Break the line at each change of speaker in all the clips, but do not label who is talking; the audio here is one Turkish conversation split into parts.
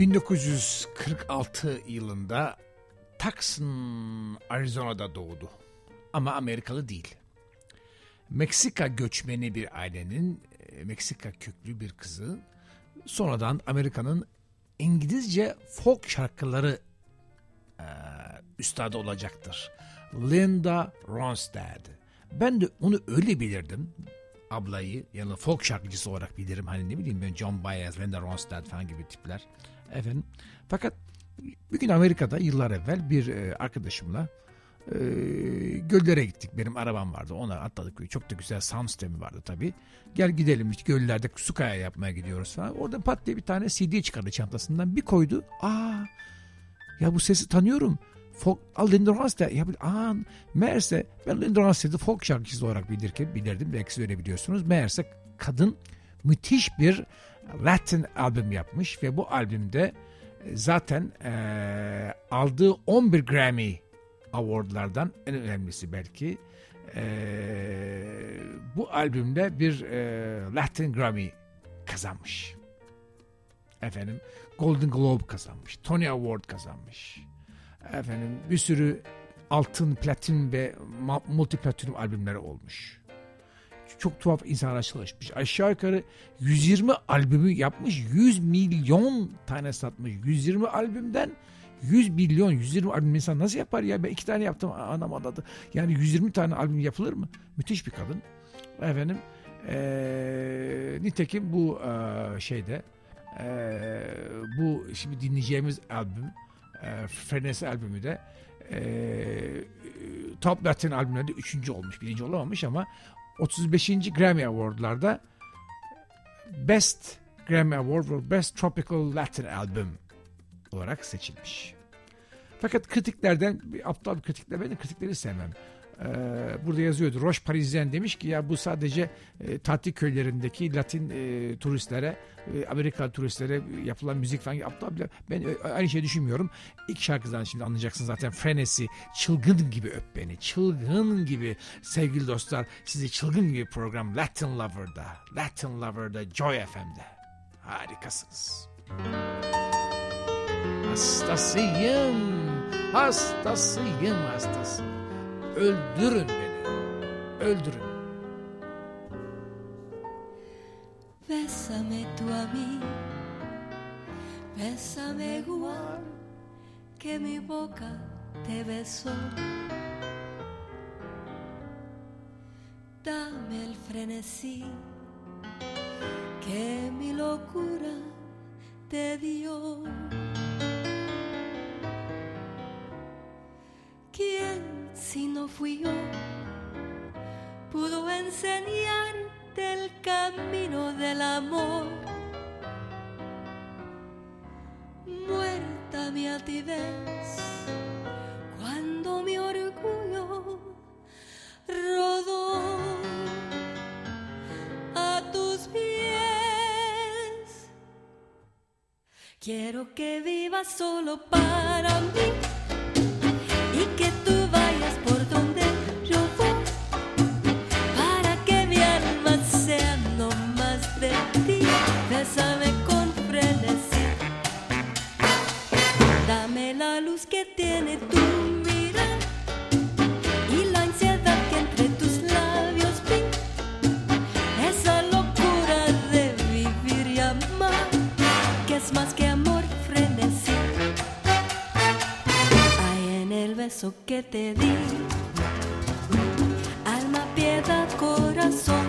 1946 yılında Tucson, Arizona'da doğdu. Ama Amerikalı değil. Meksika göçmeni bir ailenin Meksika köklü bir kızı. Sonradan Amerika'nın İngilizce folk şarkıları üstadı olacaktır. Linda Ronstadt. Ben de onu öyle bilirdim. Ablayı yani folk şarkıcısı olarak bilirim. Hani ne bileyim ben John Baez, Linda Ronstadt falan gibi tipler. Efendim. Fakat bir gün Amerika'da yıllar evvel bir arkadaşımla göllere gittik. Benim arabam vardı. Ona atladık. Çok da güzel sound sistemi vardı tabii. Gel gidelim işte göllerde su kaya yapmaya gidiyoruz falan. Orada pat diye bir tane CD çıkardı çantasından. Bir koydu. Ya bu sesi tanıyorum. Folk, Linda Ronstadt. Meğerse ben Linda Ronstadt'ı folk şarkıcısı olarak bilirdim. Belki siz öyle biliyorsunuz. Meğerse kadın müthiş bir Latin albüm yapmış ve bu albümde zaten aldığı 11 Grammy Award'lardan en önemlisi belki bu albümde bir Latin Grammy kazanmış. Efendim Golden Globe kazanmış. Tony Award kazanmış. Efendim bir sürü altın, platin ve multiplatinum albümleri olmuş. Çok tuhaf insanlar çalışmış. Aşağı yukarı 120 albümü yapmış. 100 milyon tane satmış. 120 albümden 120 albüm insan nasıl yapar ya? Ben 2 tane yaptım anam adadı. Yani 120 tane albüm yapılır mı? Müthiş bir kadın. Efendim nitekim bu bu şimdi dinleyeceğimiz albüm Frenesi albümü de Top Latin albümlerde 3. olmuş. 1. olamamış ama 35. Grammy Award'larda Best Grammy Award for Best Tropical Latin Album olarak seçilmiş. Fakat kritiklerden, aptal kritikler, ben de kritikleri sevmem. Burada yazıyordu. Roche Parisien demiş ki ya bu sadece tatil köylerindeki Latin turistlere, Amerikalı turistlere yapılan müzik falan. Aptal. Ben aynı şeyi düşünmüyorum. İlk şarkıdan şimdi anlayacaksınız zaten. Frenesi, çılgın gibi öp beni. Çılgın gibi sevgili dostlar. Sizi çılgın gibi program Latin Lover'da Joy FM'de. Harikasınız. Hastasıyım. Öldürün beni. Öldürün.
Bésame tú a mí, bésame igual que mi boca te besó. Dame el frenesí que mi locura te dio. ¿Quién, si no fui yo, pudo enseñarte el camino del amor? Muerta mi altivez cuando mi orgullo rodó a tus pies. Quiero que vivas solo para mí y que tú vayas por donde yo voy, para que mi alma sea no más de ti. Bésame con frenesí, dame la luz que tiene tu mirar y la ansiedad que entre tus labios vi, esa locura de vivir y amar, que es más que amor, frenesí. Beso que te di, alma, piedad, corazón,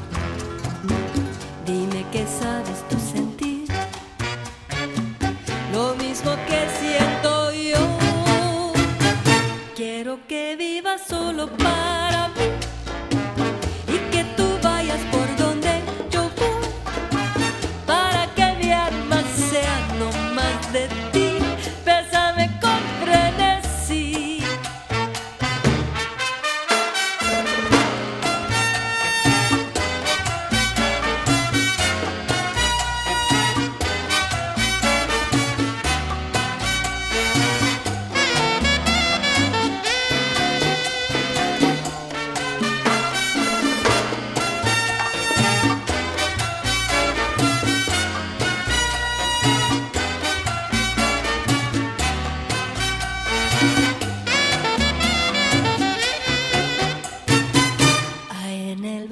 dime que sabes tú sentir lo mismo que siento yo. Quiero que vivas solo para mí y que tú vayas por donde yo voy, para que mi alma sea no más de ti. Bésame con frenesí.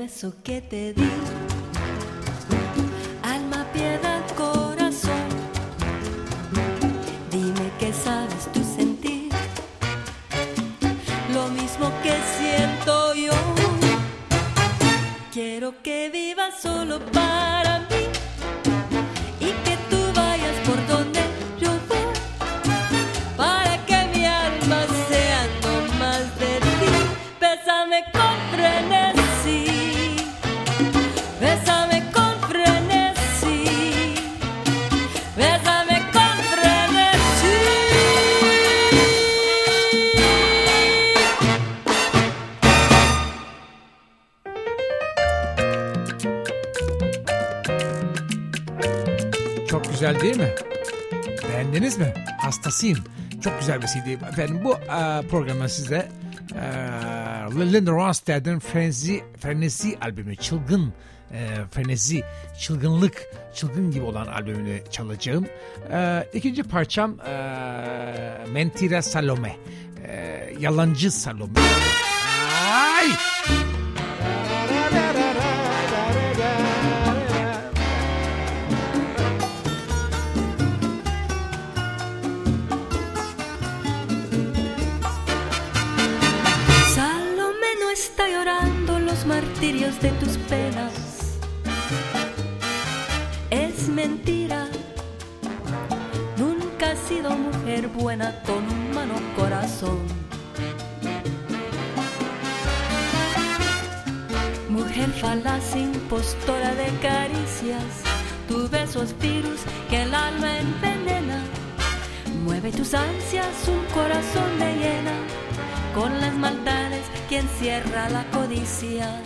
beso que te di. Alma, piedad, corazón, dime qué sabes tú sentir. Lo mismo que siento yo. Quiero que vivas solo para mí y que tú vayas por donde yo voy, para que mi alma sea no más de ti. Bésame con frenesí, bésame con frenesí, bésame con frenesí.
Çok güzel değil mi? Beğendiniz mi? Hastasıyım. Çok güzel bir CD. Efendim bu programda size Linda Ronstadt'ın Frenesi albümü, çılgın frenesi, çılgınlık, çılgın gibi olan albümünü çalacağım. İkinci parçam Mentira Salome, yalancı Salome. Ay!
Martirios de tus penas, es mentira. Nunca has sido mujer buena con humano corazón. Mujer falaz, impostora de caricias, tu beso es virus que el alma envenena. Mueve tus ansias, un corazón de hiena, con las maldades que encierra la codicia.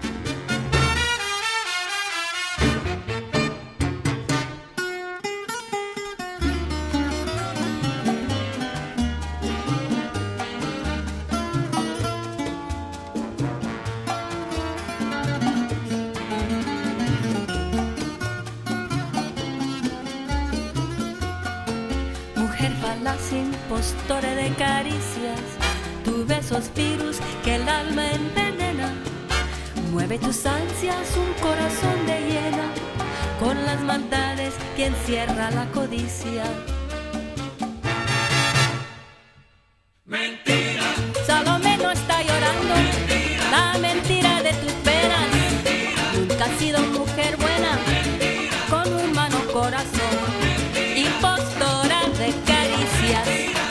Mujer falaz, impostora de caricias, tu beso es virus que el alma envenena. Mueve tus ansias, un corazón de hiena, con las maldades que encierra la codicia.
Mentira.
Salomé no está llorando,
Mentira.
la mentira de tus penas.
Mentira.
Nunca has sido mujer buena,
Mentira.
con humano corazón,
Mentira.
impostora de caricias.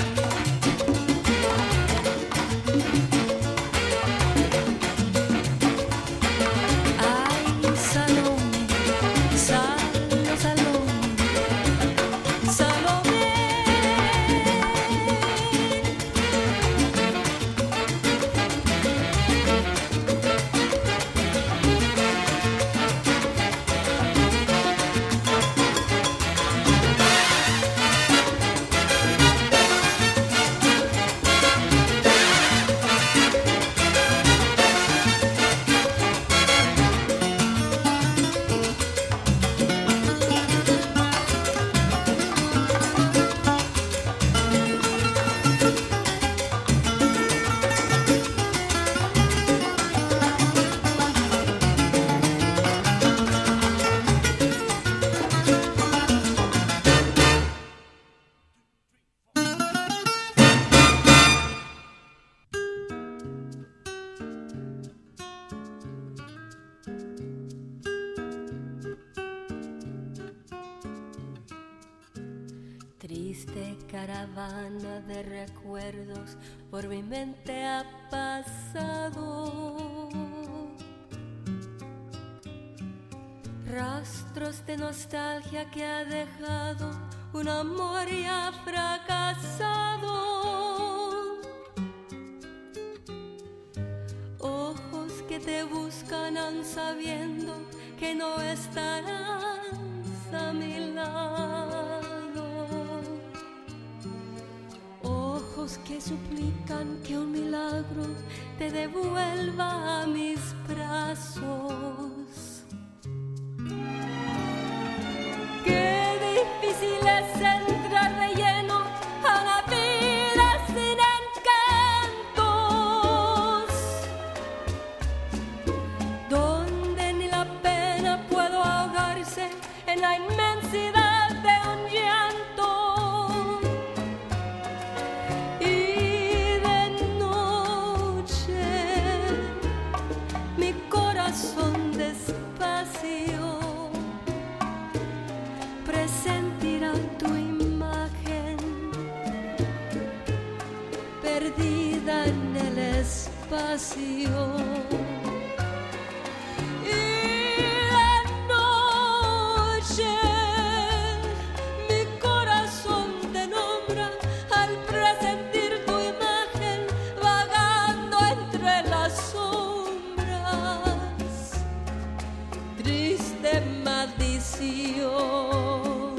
Triste caravana de recuerdos por mi mente ha pasado. Rastros de nostalgia que ha dejado un amor ya fracasado. Ojos que te buscan aun sabiendo que no estarás a mi lado. Ojos que suplican que un milagro te devuelva a mis brazos. Qué difícil es entrar de lleno a una vida sin encantos, Y de noche mi corazón te nombra al presentir tu imagen vagando entre las sombras. Triste maldición.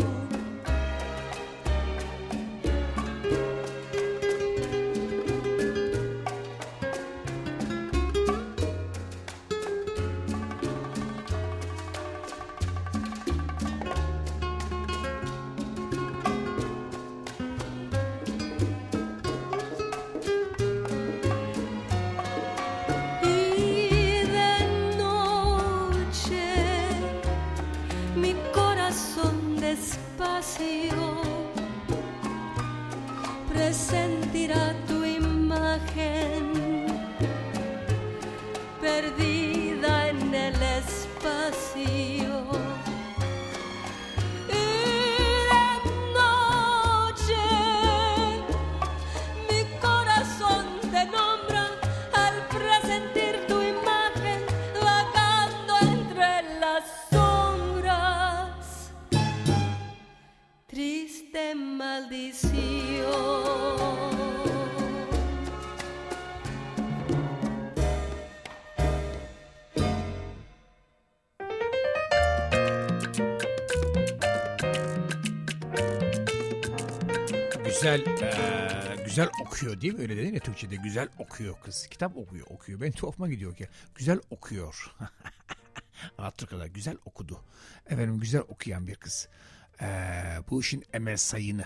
Y de noche mi corazón despacio presentirá tu imagen perdida en el espacio. Y de noche mi corazón te nombra al presentir tu imagen vagando entre las sombras. Triste maldición.
Güzel okuyor değil mi? Öyle değil mi Türkçe'de? Güzel okuyor kız. Kitap okuyor. Ben tuhafıma gidiyor ki. Güzel okuyor. Anlattığı kadar güzel okudu. Efendim güzel okuyan bir kız. Bu işin emel sayını.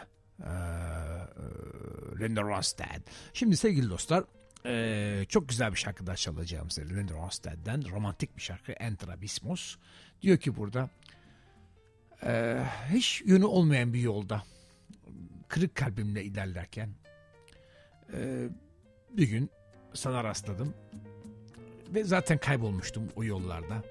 Linda Ronstadt. Şimdi sevgili dostlar çok güzel bir şarkı daha çalacağım size. Linda Ronstadt'den romantik bir şarkı. Entrabismos. Diyor ki burada hiç yönü olmayan bir yolda kırık kalbimle ilerlerken bir gün sana rastladım ve zaten kaybolmuştum o yollarda.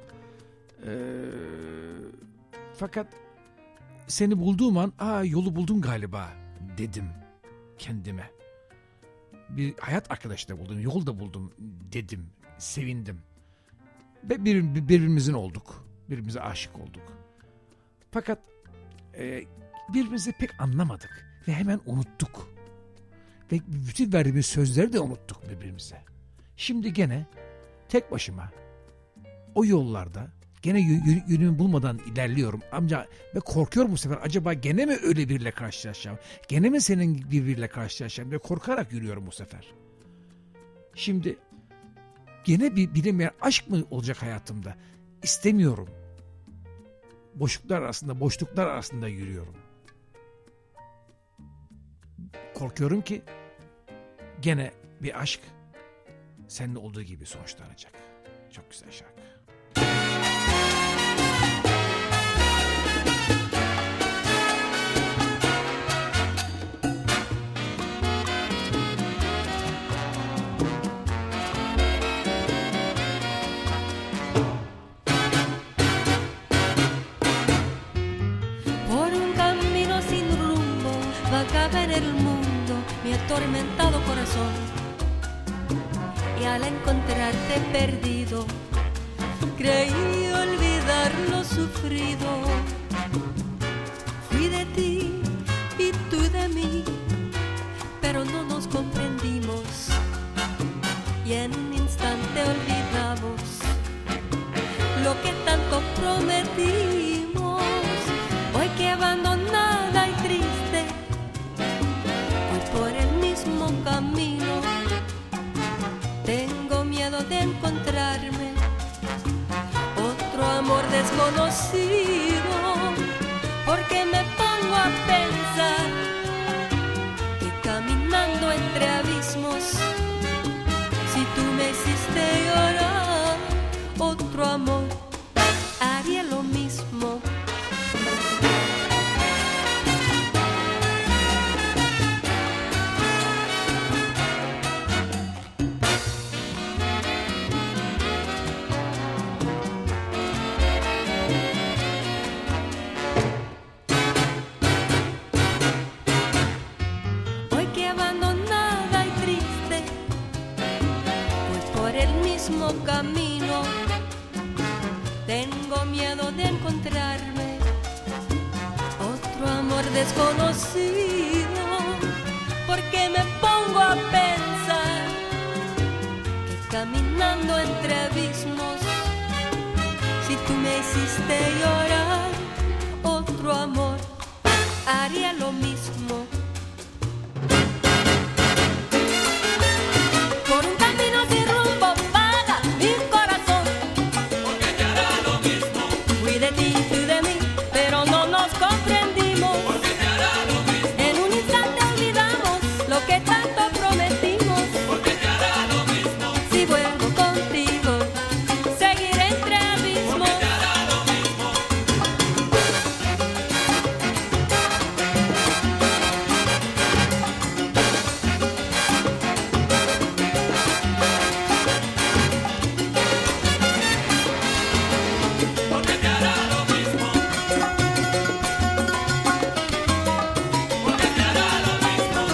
Fakat seni bulduğum an yolu buldum galiba dedim kendime. Bir hayat arkadaşı da buldum, yol da buldum dedim, sevindim. Ve birbirimizin olduk, birbirimize aşık olduk. Fakat birbirimizi pek anlamadık ve hemen unuttuk. Ve bütün verdiğimiz sözleri de unuttuk birbirimize. Şimdi gene tek başıma o yollarda gene yönümü bulmadan ilerliyorum. Amca ve korkuyorum bu sefer. Acaba gene mi öyle biriyle karşılaşacağım? Gene mi senin biriyle karşılaşacağım? Ve korkarak yürüyorum bu sefer. Şimdi gene bir bilinmeyen aşk mı olacak hayatımda? İstemiyorum. Boşluklar arasında yürüyorum. Korkuyorum ki gene bir aşk seninle olduğu gibi sonuçlanacak. Çok güzel şarkı.
En el mundo mi atormentado corazón, y al encontrarte perdido creí olvidar lo sufrido. Fui de ti y tú de mí, pero no nos comprendimos y en un instante olvidamos lo que tanto prometimos. Hoy que abandonada y triste por el mismo camino, tengo miedo de encontrarme otro amor desconocido, porque me pongo a pensar que caminando entre abismos, si tú me hiciste llorar, otro amor haría lo mismo. tengo miedo de encontrarme otro amor desconocido, porque me pongo a pensar que caminando entre abismos, si tú me hiciste llorar, otro amor haría lo mismo. Por un camino sin rumbo vaga mi corazón,
porque te hará lo mismo,
fui de ti, tú de mí, pero no nos comprendimos.
porque te hará lo mismo,
En un instante olvidamos lo que tanto prometimos.
porque te hará lo mismo,
Si vuelvo contigo, seguiré entre abismos.
te hará lo mismo. Porque te hará lo mismo, porque te hará lo mismo,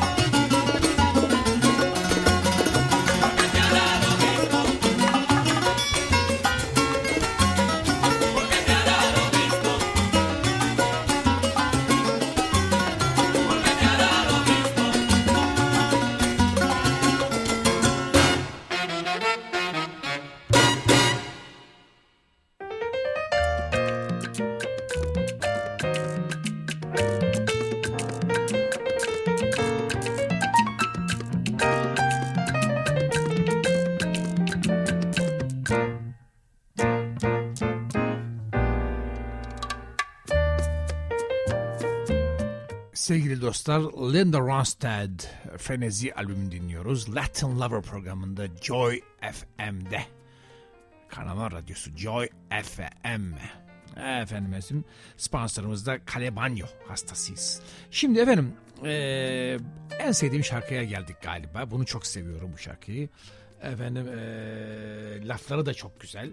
porque te hará lo mismo, porque te hará lo mismo, porque te hará lo mismo.
Sevgili dostlar, Linda Ronstadt Frenezi albümünü dinliyoruz. Latin Lover programında Joy FM'de. Kanal radyosu Joy FM. Efendim, sponsorumuz da Kalebanyo hastasıyız. Şimdi efendim, en sevdiğim şarkıya geldik galiba. Bunu çok seviyorum, bu şarkıyı. Efendim, lafları da çok güzel.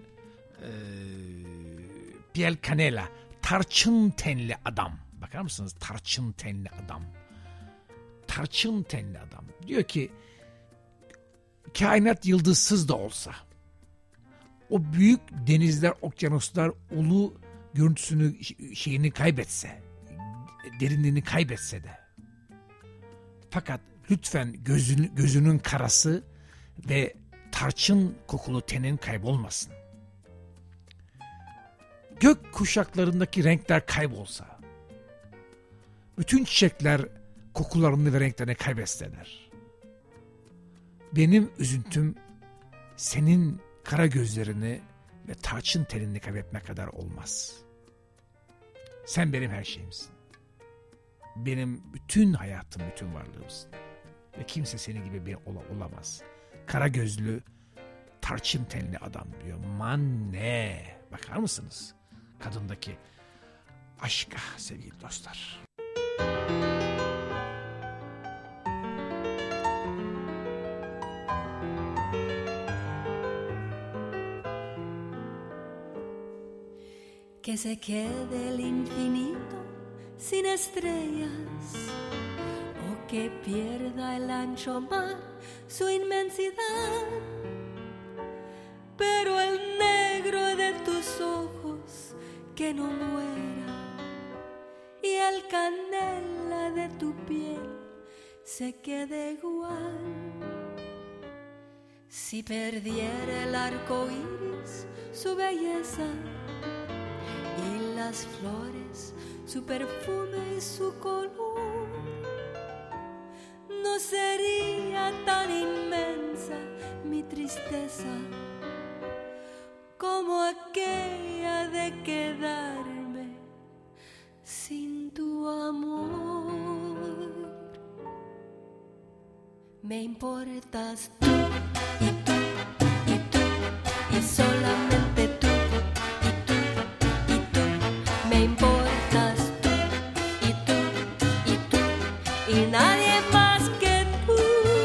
Piel Canela, tarçın tenli adam. Bakar mısınız? Tarçın tenli adam. Tarçın tenli adam. Diyor ki, kainat yıldızsız da olsa, o büyük denizler, okyanuslar ulu görüntüsünü, şeyini kaybetse, derinliğini kaybetse de, fakat lütfen gözünün karası ve tarçın kokulu tenin kaybolmasın. Gök kuşaklarındaki renkler kaybolsa, bütün çiçekler kokularını ve renklerini kaybetseler, benim üzüntüm senin kara gözlerini ve tarçın tenini kaybetmek kadar olmaz. Sen benim her şeyimsin. Benim bütün hayatım, bütün varlığımsın. Ve kimse senin gibi bir olamaz. Kara gözlü, tarçın tenli adam diyor. Man ne? Bakar mısınız? Kadındaki aşka sevgili dostlar.
Que se quede el infinito sin estrellas, o que pierda el ancho mar su inmensidad, pero el negro de tus ojos que no muera, y el canela de tu piel se quede igual. Si perdiera el arco iris su belleza, y las flores su perfume y su color, no sería tan inmensa mi tristeza como aquella de quedarme sin tu amor. Me importas tú y tú y tú y solamente tú. Me importas tú y tú y tú y nadie más que tú.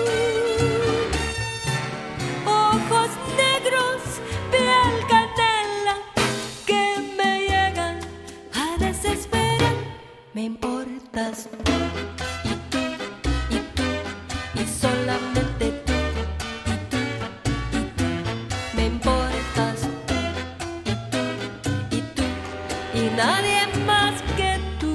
Ojos negros, piel canela, que me llegan a desesperar. Me importas tú y tú y tú y solamente tú. y nadie más que tú.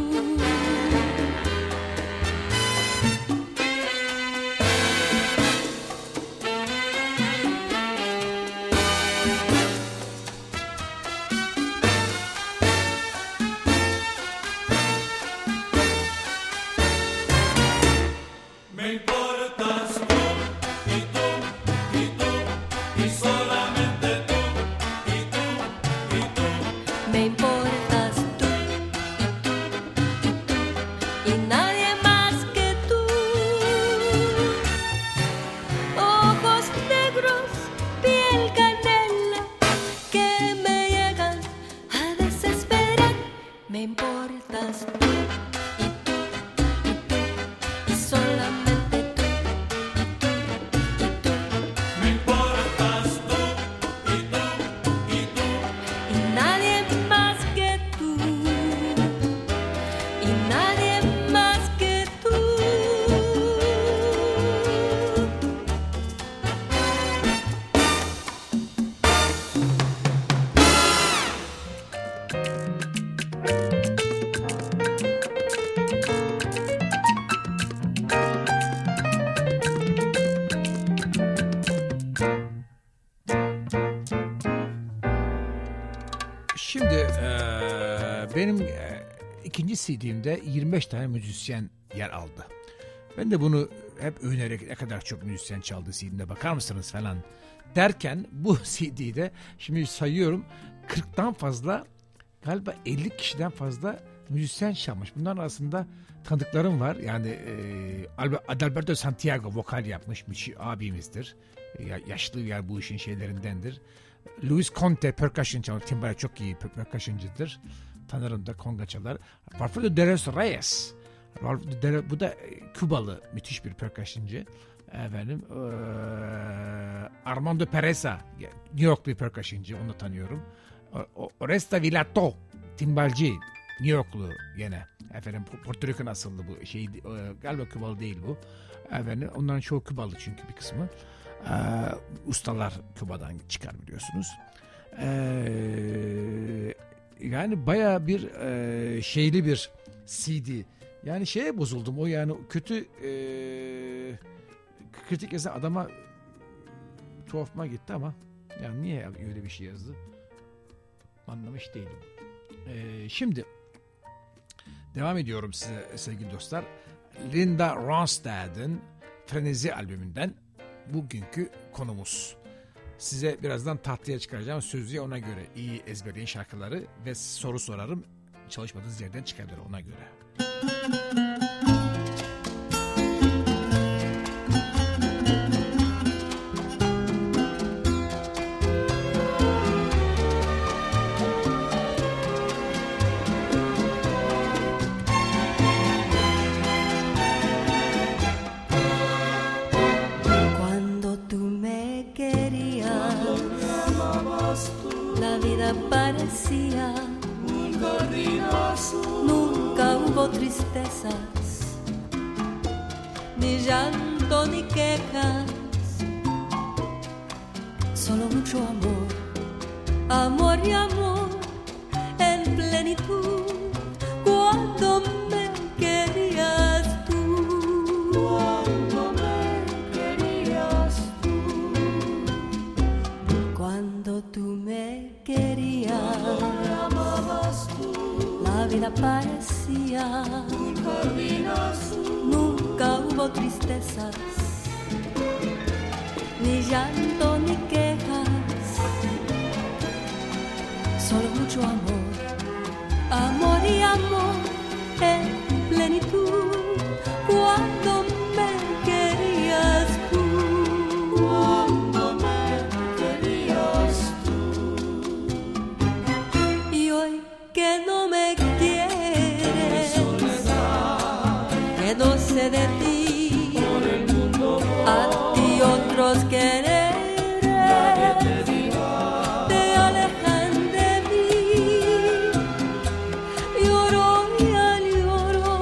Me importas tú y tú y tú y solamente tú y tú y tú.
Me importas tú y tú y nadie más que tú. Ojos negros, piel canela, que me llegan a desesperar. Me importas tú y tú y tú y solamente tú y tú y tú.
Me importas tú y tú y tú.
Y nadie más que tú, y nadie más que tú.
Şimdi benim ikinci CD'mde 25 tane müzisyen yer aldı. Ben de bunu hep övünerek ne kadar çok müzisyen çaldı CD'mde bakar mısınız falan derken bu CD'de şimdi sayıyorum 40'tan fazla galiba 50 kişiden fazla müzisyen çalmış. Bunların arasında tanıdıklarım var. Yani Adalberto Santiago vokal yapmış. Bir abimizdir. Yaşlı yer bu işin şeylerindendir. Luis Conte percussion çalar. Timbale çok iyi percussion'cıdır. Tanırım da konga çalar. Alfredo de los Reyes. Bu da Kübalı müthiş bir percussion'cı. Efendim Armando Pereza New York bir percussion'cı, onu tanıyorum. Oresta Vilato timbalci, New Yorklu yine. Efendim Porto Rican asıllı bu şey, galiba Kübalı değil bu. Efendim onların çoğu Kübalı çünkü bir kısmı. Ustalar Küba'dan çıkar biliyorsunuz. Yani baya bir şeyli bir CD. Yani şeye bozuldum, o yani kötü kritik esen adama tuhafıma gitti ama yani niye öyle bir şey yazdı anlamış değilim. Şimdi devam ediyorum size sevgili dostlar. Linda Ronstadt'ın Frenezi albümünden bugünkü konumuz. Size birazdan tatlıya çıkaracağım sözlüğe, ona göre iyi ezberleyin şarkıları ve soru sorarım. Çalışmadığınız yerden çıkabilir ona göre.
La vida parecía un jardín azul. Nunca hubo tristezas, ni llanto ni quejas, solo mucho amor, amor y amor en plenitud. Cuando me querías tú, cuando me querías tú, cuando tú me querías, me amabas tú. La vida parecía un jardín azul. Nunca hubo tristezas, ni llanto ni quejas, solo mucho amor, amor y amor en plenitud. Cuando me querías tú, cuando me querías tú. Y hoy que no me quieres, que no sé de ti, por el mundo a ti otros quereres te alejan de mí. Lloro y al lloro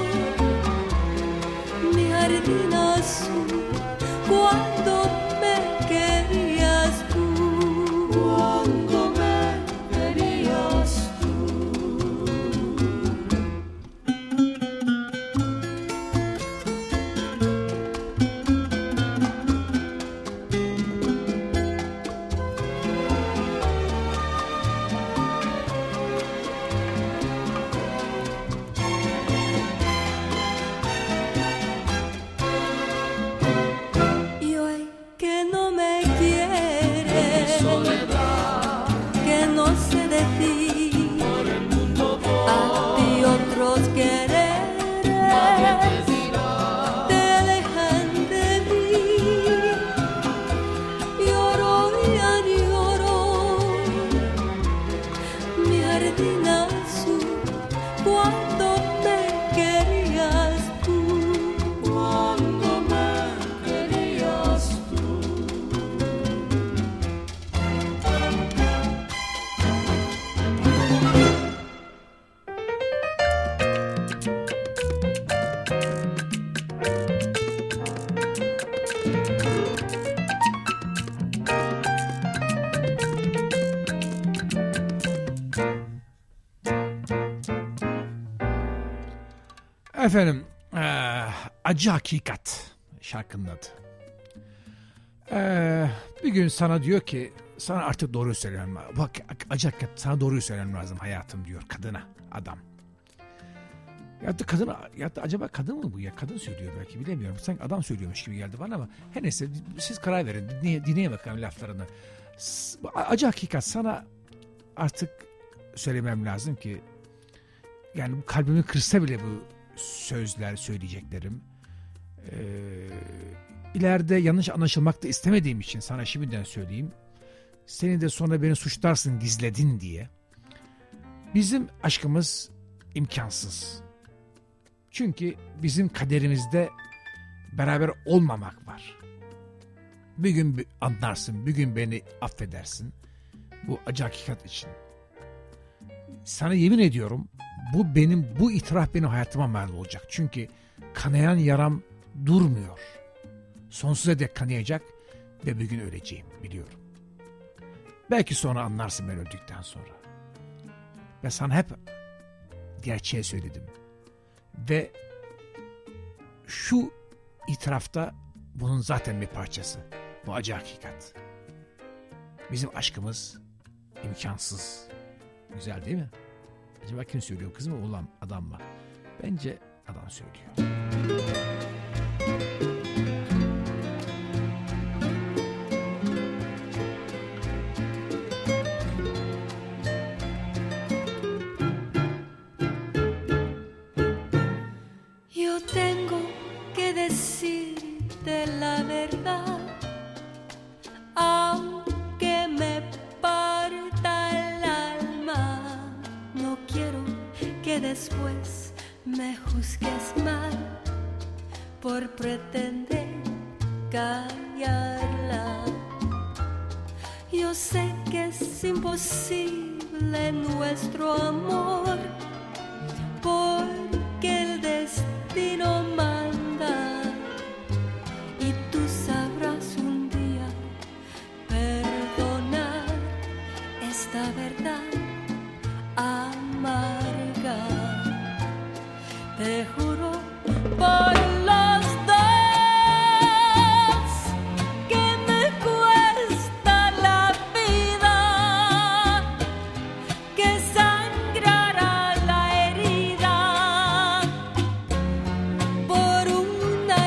mi jardín azul. Cuando me querías tú, cuando me querías tú. Medina Azul, cuando me querías tú,
Cuando me querías tú.
Efendim, Acı Hakikat şarkının adı. Bir gün sana diyor ki, sana artık doğruyu söylemem lazım. Bak, Acı Hakikat, sana doğruyu söylemem lazım hayatım diyor kadına, adam. Ya da kadına, ya da acaba kadın mı bu ya? Kadın söylüyor belki, bilemiyorum. Sanki adam söylüyormuş gibi geldi bana ama her neyse siz karar verin. Dinleyin bakalım laflarını. Acı Hakikat, sana artık söylemem lazım ki, yani bu kalbimi kırsa bile bu sözler, söyleyeceklerim. İleride yanlış anlaşılmak da istemediğim için sana şimdiden söyleyeyim. Seni de sonra beni suçlarsın gizledin diye. Bizim aşkımız imkansız. Çünkü bizim kaderimizde beraber olmamak var. Bir gün anlarsın, bir gün beni affedersin. Bu acı hakikat için. Sana yemin ediyorum, bu itiraf benim hayatıma mal olacak. Çünkü kanayan yaram durmuyor. Sonsuza dek kanayacak ve bir gün öleceğim, biliyorum. Belki sonra anlarsın ben öldükten sonra. Ben sana hep gerçeği söyledim. Ve şu itirafta bunun zaten bir parçası. Bu acı hakikat. Bizim aşkımız imkansız. Güzel değil mi? Acaba kim söylüyor? Kız mı, oğlan, adam mı? Bence adam söylüyor.
yo tengo que decirte la verdad, aunque me parta el alma. No quiero que después me juzgues mal por pretender callarla. Yo sé que es imposible nuestro amor, porque el destino manda, y tú sabrás un día perdonar esta verdad amarga. Te juro por los dos que me cuesta la vida, que sangrará la herida por una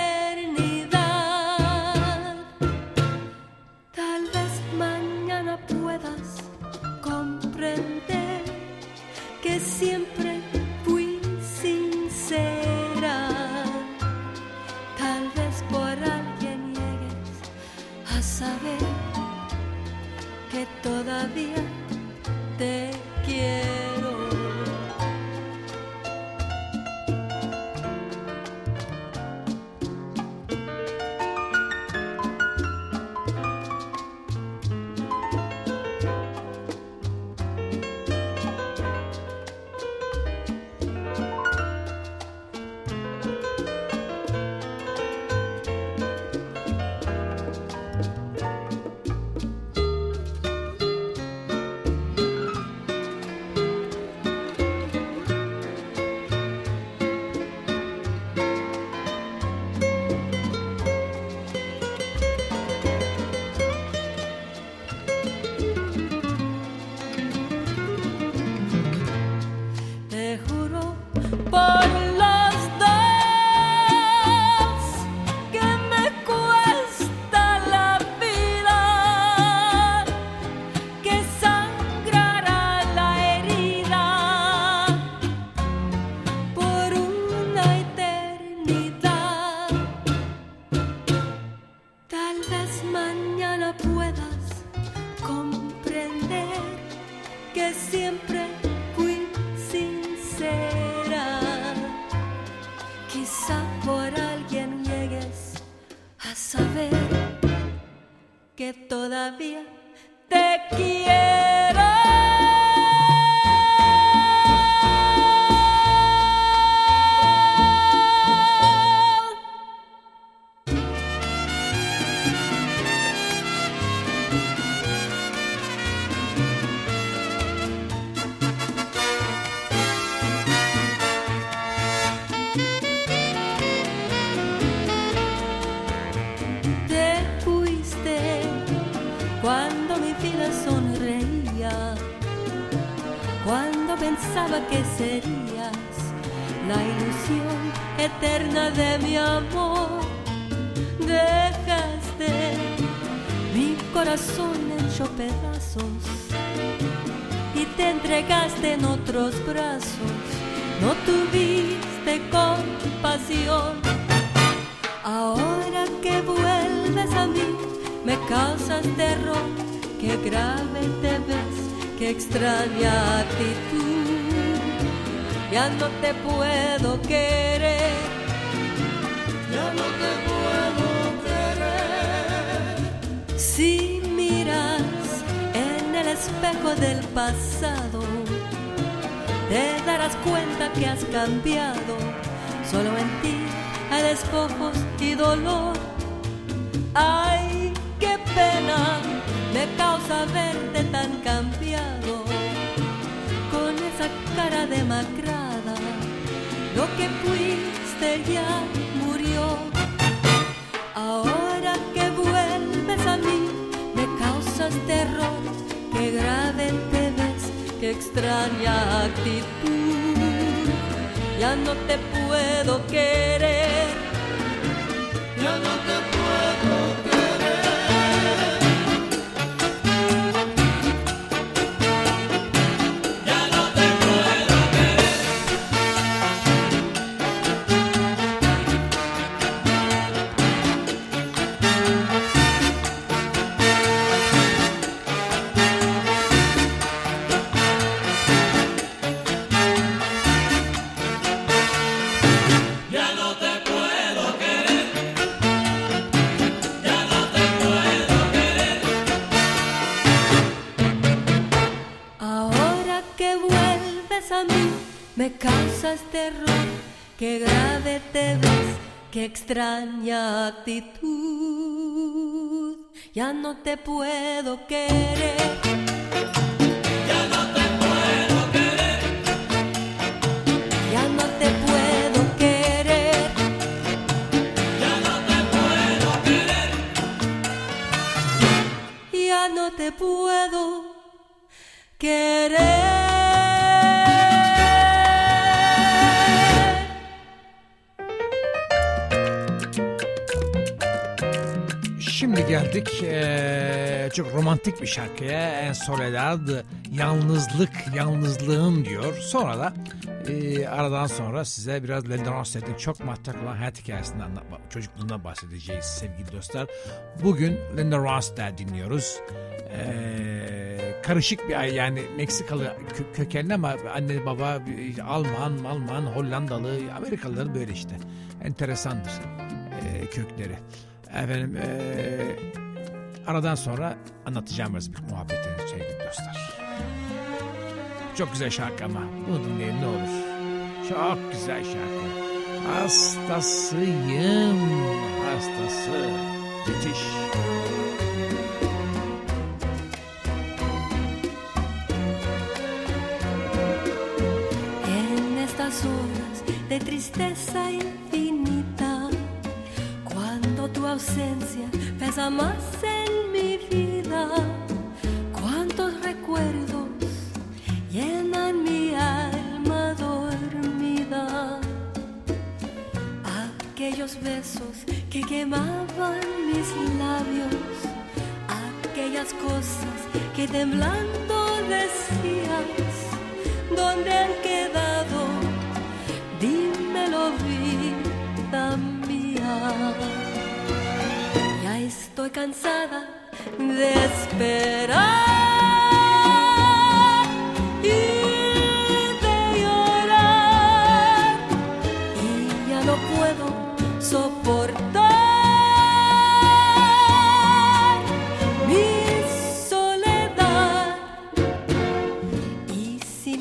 eternidad. Tal vez mañana puedas comprender que siempre fui sincera. Tal vez por alguien llegues a saber que todavía te quiero. Te juro por los dos que me cuesta la vida, que sangrará la herida por una eternidad. Tal vez mañana puedas comprender que siempre que todavía te quiero. Cuando mi vida sonreía, cuando pensaba que serías la ilusión eterna de mi amor, dejaste mi corazón hecho pedazos y te entregaste en otros brazos, no tuviste compasión. Ahora que vuelves a mí, me causas terror, que grave te ves, que extraña actitud. Ya no te puedo querer, ya no te puedo querer. Si miras en el espejo del pasado, te darás cuenta que has cambiado. Solo en ti hay despojos y dolor. Ay, qué pena me causa verte tan cambiado, con esa cara demacrada. Lo que fuiste ya murió. Ahora que vuelves a mí, me causas terror, que grave te ves, que extraña actitud. Ya no te puedo querer, ya no te puedo querer. Me causas terror, que grave te ves, que extraña actitud. Ya no te puedo querer, ya no te puedo querer, ya no te puedo querer, ya no te puedo querer, ya no te puedo querer.
Şimdi geldik çok romantik bir şarkıya. En Soledad, yalnızlığım diyor. Sonra da aradan sonra size biraz Linda Ronstadt'in çok matrak olan hayat hikayesinden çocukluğundan bahsedeceğiz sevgili dostlar. Bugün Linda Ronstadt dinliyoruz. Karışık bir yani Meksikalı kökenli ama anne baba Alman, Hollandalı, Amerikalıların böyle işte. Enteresandır kökleri. Efendim aradan sonra anlatacağım biraz bir muhabbetini sevgili dostlar. Çok güzel şarkı ama bunu dinleyin ne olur. Çok güzel şarkı. Hastasıyım, hastası. Müthiş.
En estas horas de tristeza infinita, tu ausencia pesa más en mi vida. Cuántos recuerdos llenan mi alma dormida. Aquellos besos que quemaban mis labios, aquellas cosas que temblando decías. ¿Dónde han quedado? Dímelo, vida mía. Ya estoy cansada de esperar y de llorar, y ya no puedo soportar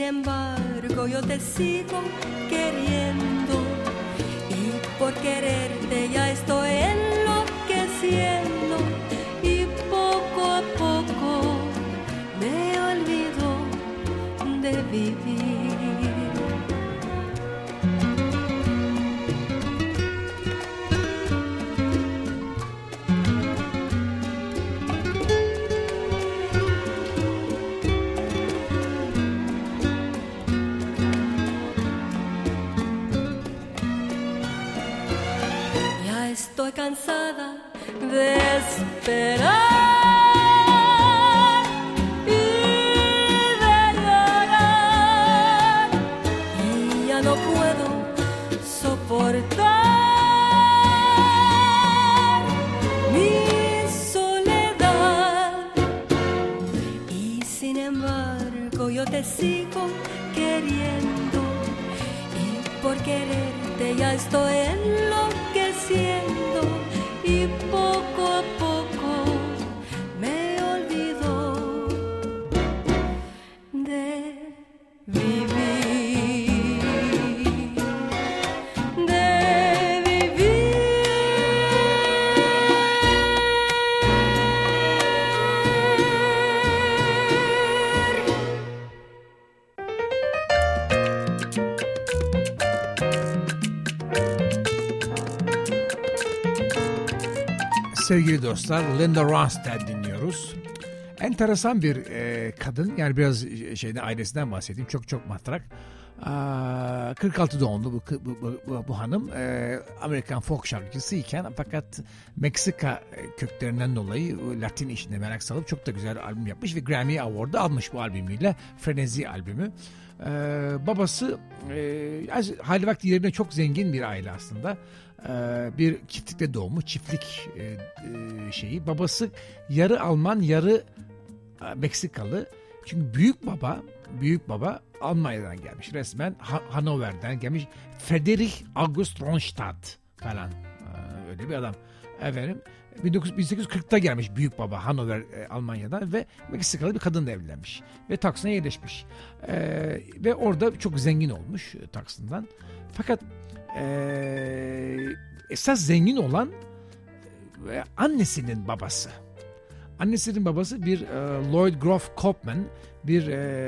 embargo yo te sigo queriendo y por quererte ya estoy enloqueciendo y poco a poco me olvido de vivir. Estoy cansada de esperar y de llorar y ya no puedo soportar mi soledad y sin embargo yo te sigo queriendo y por quererte ya estoy enloqueciendo y poco a poco me olvido de vivir, de vivir.
Sevgili dostlar, Linda Ronstadt dinliyoruz. Enteresan bir kadın. Yani biraz ailesinden bahsedeyim. Çok matrak. 46 doğumlu bu hanım. Amerikan folk şarkıcısı iken fakat Meksika köklerinden dolayı Latin işine merak salıp çok da güzel albüm yapmış ve Grammy Award'u almış bu albümüyle. Frenezi albümü. Babası hali vakti yerine çok zengin bir aile aslında. Bir çiftlikte doğmuş, çiftlik şeyi. Babası yarı Alman, yarı Meksikalı. Çünkü büyük baba Almanya'dan gelmiş. Resmen Hannover'den gelmiş. Friedrich August Ronstadt falan. Öyle bir adam. Efendim 1840'ta gelmiş büyük baba Hannover Almanya'dan ve Meksikalı bir kadınla evlenmiş. Ve Taksim'e yerleşmiş. Ve orada çok zengin olmuş Taksim'den. Fakat esas zengin olan annesinin babası. Annesinin babası bir Lloyd Groff Kaufman, bir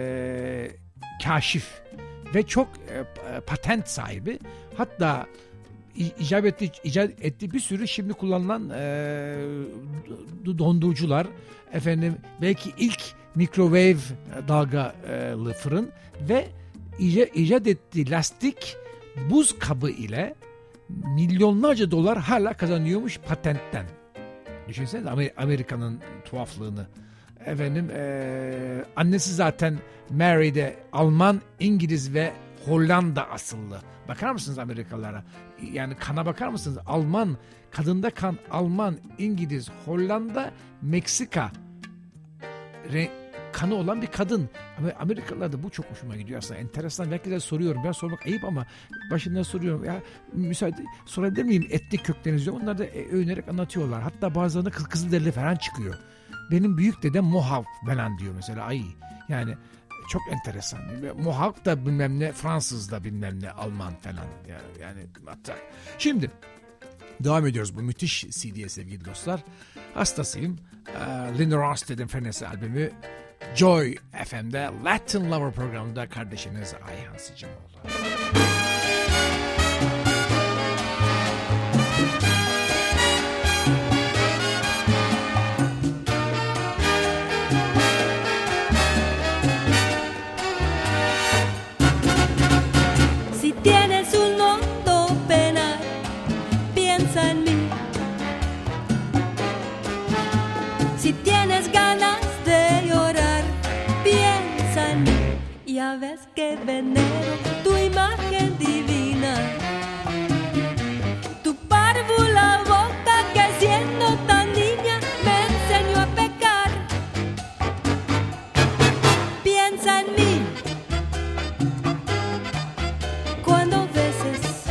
kaşif ve çok patent sahibi. Hatta icat ettiği bir sürü şimdi kullanılan dondurucular, efendim belki ilk microwave dalgalı fırın ve icat ettiği lastik buz kabı ile milyonlarca dolar hala kazanıyormuş patentten. Düşünsenize Amerika'nın tuhaflığını. Efendim annesi zaten Mary'de Alman, İngiliz ve Hollanda asıllı. Bakar mısınız Amerikalılara? Yani kana bakar mısınız? Alman, kadında kan Alman, İngiliz, Hollanda, Meksika kanı olan bir kadın. Ama Amerikalılarda bu çok hoşuma gidiyor aslında. Enteresan. Belki de soruyorum. Ben sormak ayıp ama başından soruyorum. Ya müsaade sorabilir miyim? Etnik kökleriniz yok. Onlar da övünerek anlatıyorlar. Hatta bazılarında Kızılderili falan çıkıyor. Benim büyük dedem Mohawk falan diyor mesela. Ay yani çok enteresan. Mohawk da bilmem ne, Fransız da bilmem ne, Alman falan. Yani hatta. Şimdi devam ediyoruz bu müthiş CD'ye sevgili dostlar. Hastasıyım. Linda Ronstadt'in Frenesi albümü Joy FM'de Latin Lover programında kardeşiniz Ayhan Sicimoğlu.
Si tienes un hondo penal, piensa en mí. Si tienes ganas de llorar, piensa en mí. Ya ves que venero tu imagen divina, tu párvula boca que siendo tan niña me enseñó a pecar. Piensa en mí cuando beses,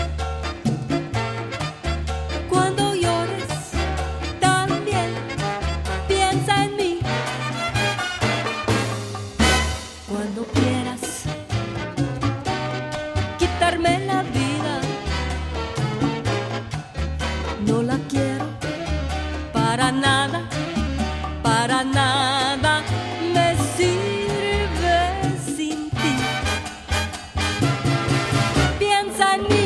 cuando llores, también piensa en mí. Cuando quieras quitarme la vida. No la quiero para nada, para nada me sirve sin ti. Piensa en mí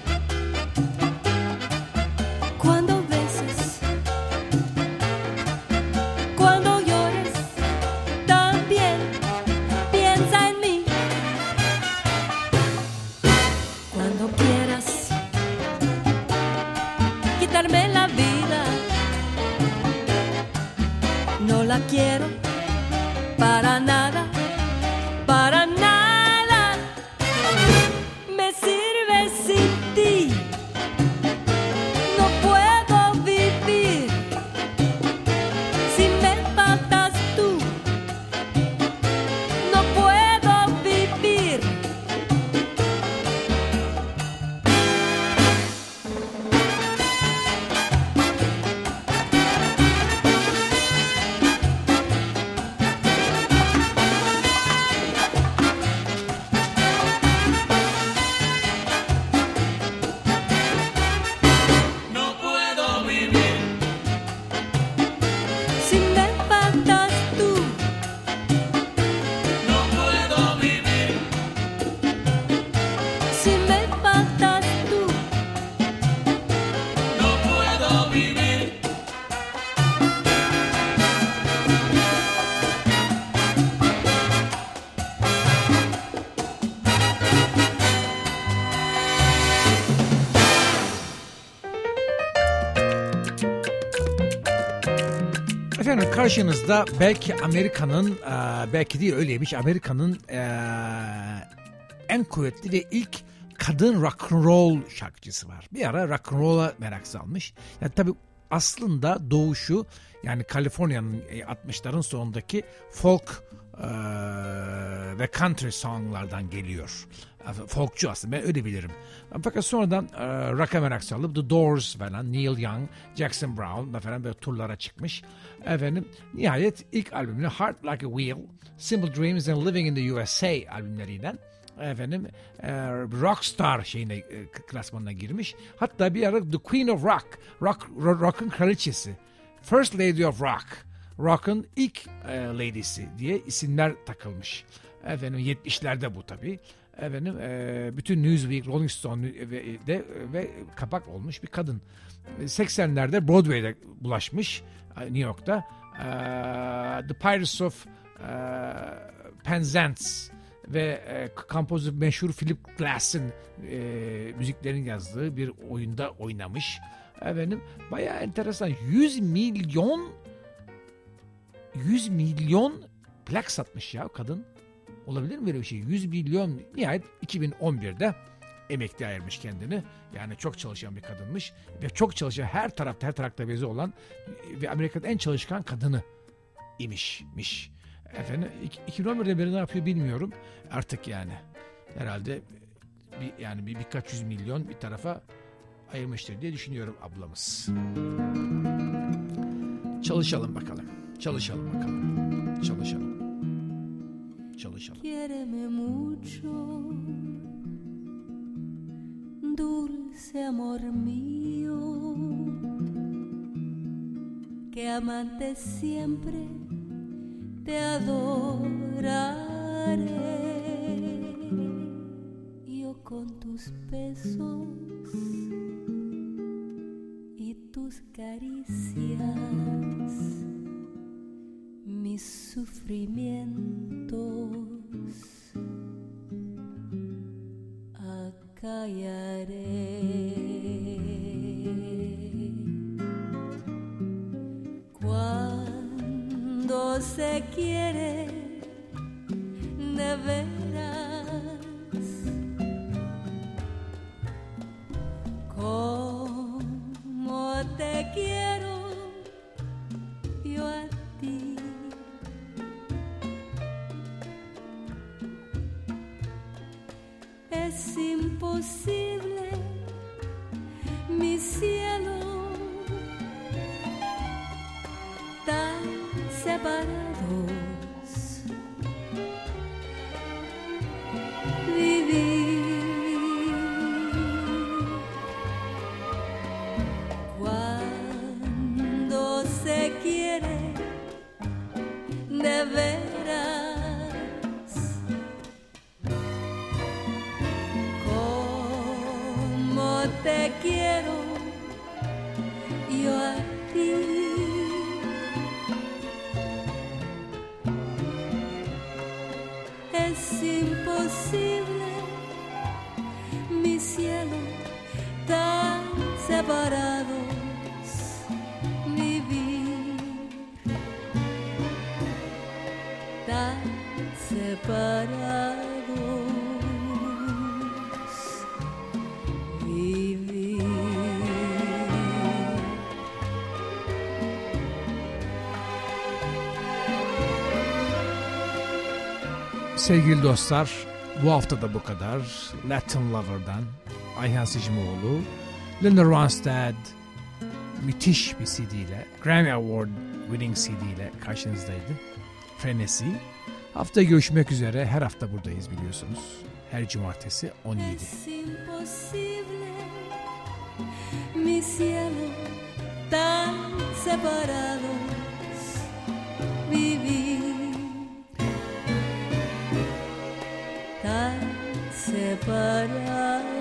cuando beses, cuando llores, también piensa en mí. Cuando quieras quitarme la vida, no la quiero para nada, para nada me sirve sin ti. No puedo vivir si me faltas tú. No puedo vivir.
No puedo vivir,
Si me faltas tú,
no puedo vivir,
si me faltas tú,
no puedo vivir.
Efendim karşınızda belki Amerika'nın, belki değil öyleymiş, Amerika'nın en kuvvetli ve ilk kadın rock and roll şarkıcısı var. Bir ara rock and roll'a merak salmış. Yani tabii aslında doğuşu yani Kaliforniya'nın 60'ların sonundaki folk ve country songlardan geliyor. Folkçu aslında, ben öyle bilirim. Fakat sonradan rock'a merak salıp The Doors falan, Neil Young, Jackson Brown falan böyle turlara çıkmış. Efendim nihayet ilk albümünü Heart Like a Wheel, Simple Dreams and Living in the USA albümlerinden efendim rockstar şeyine klasmanına girmiş. Hatta bir ara The Queen of Rock'ın kraliçesi, First Lady of Rock, Rock'ın ilk lady'si diye isimler takılmış. Efendim 70'lerde bu tabii. Efendim bütün Newsweek, Rolling Stone ve kapak olmuş bir kadın. 80'lerde Broadway'de bulaşmış New York'ta. The Pirates of Penzance ve kompozitör meşhur Philip Glass'ın müziklerini yazdığı bir oyunda oynamış. Efendim bayağı enteresan. 100 milyon plak satmış ya kadın. Olabilir mi böyle bir şey? 100 milyon. Nihayet 2011'de emekli ayırmış kendini. Yani çok çalışan bir kadınmış. Ve çok çalışan, her tarafta bezi olan ve Amerika'nın en çalışkan kadını imişmiş. Efendim 2011'de beri ne yapıyor bilmiyorum. Artık yani herhalde birkaç yüz milyon bir tarafa ayırmıştır diye düşünüyorum ablamız. Çalışalım bakalım.
quiéreme mucho, dulce amor mío, que amante siempre te adoraré. Yo con tus besos y tus caricias, mis sufrimientos acallaré. Cuando se quiere de veras, como te quiero yo a ti. Es imposible, mi cielo, tan separados, vivir es imposible, mi cielo, tan separados vivir, tan separados vivir.
Sevgili dostlar, bu hafta da bu kadar. Latin Lover'dan Ayhan Sicimoğlu, Linda Ronstadt müthiş bir CD ile, Grammy Award winning CD ile karşınızdaydı. Frenesi. Haftaya görüşmek üzere. Her hafta buradayız biliyorsunuz. Her cumartesi 17.
Es imposible, mi cielo, tan separados vivir, tan separados.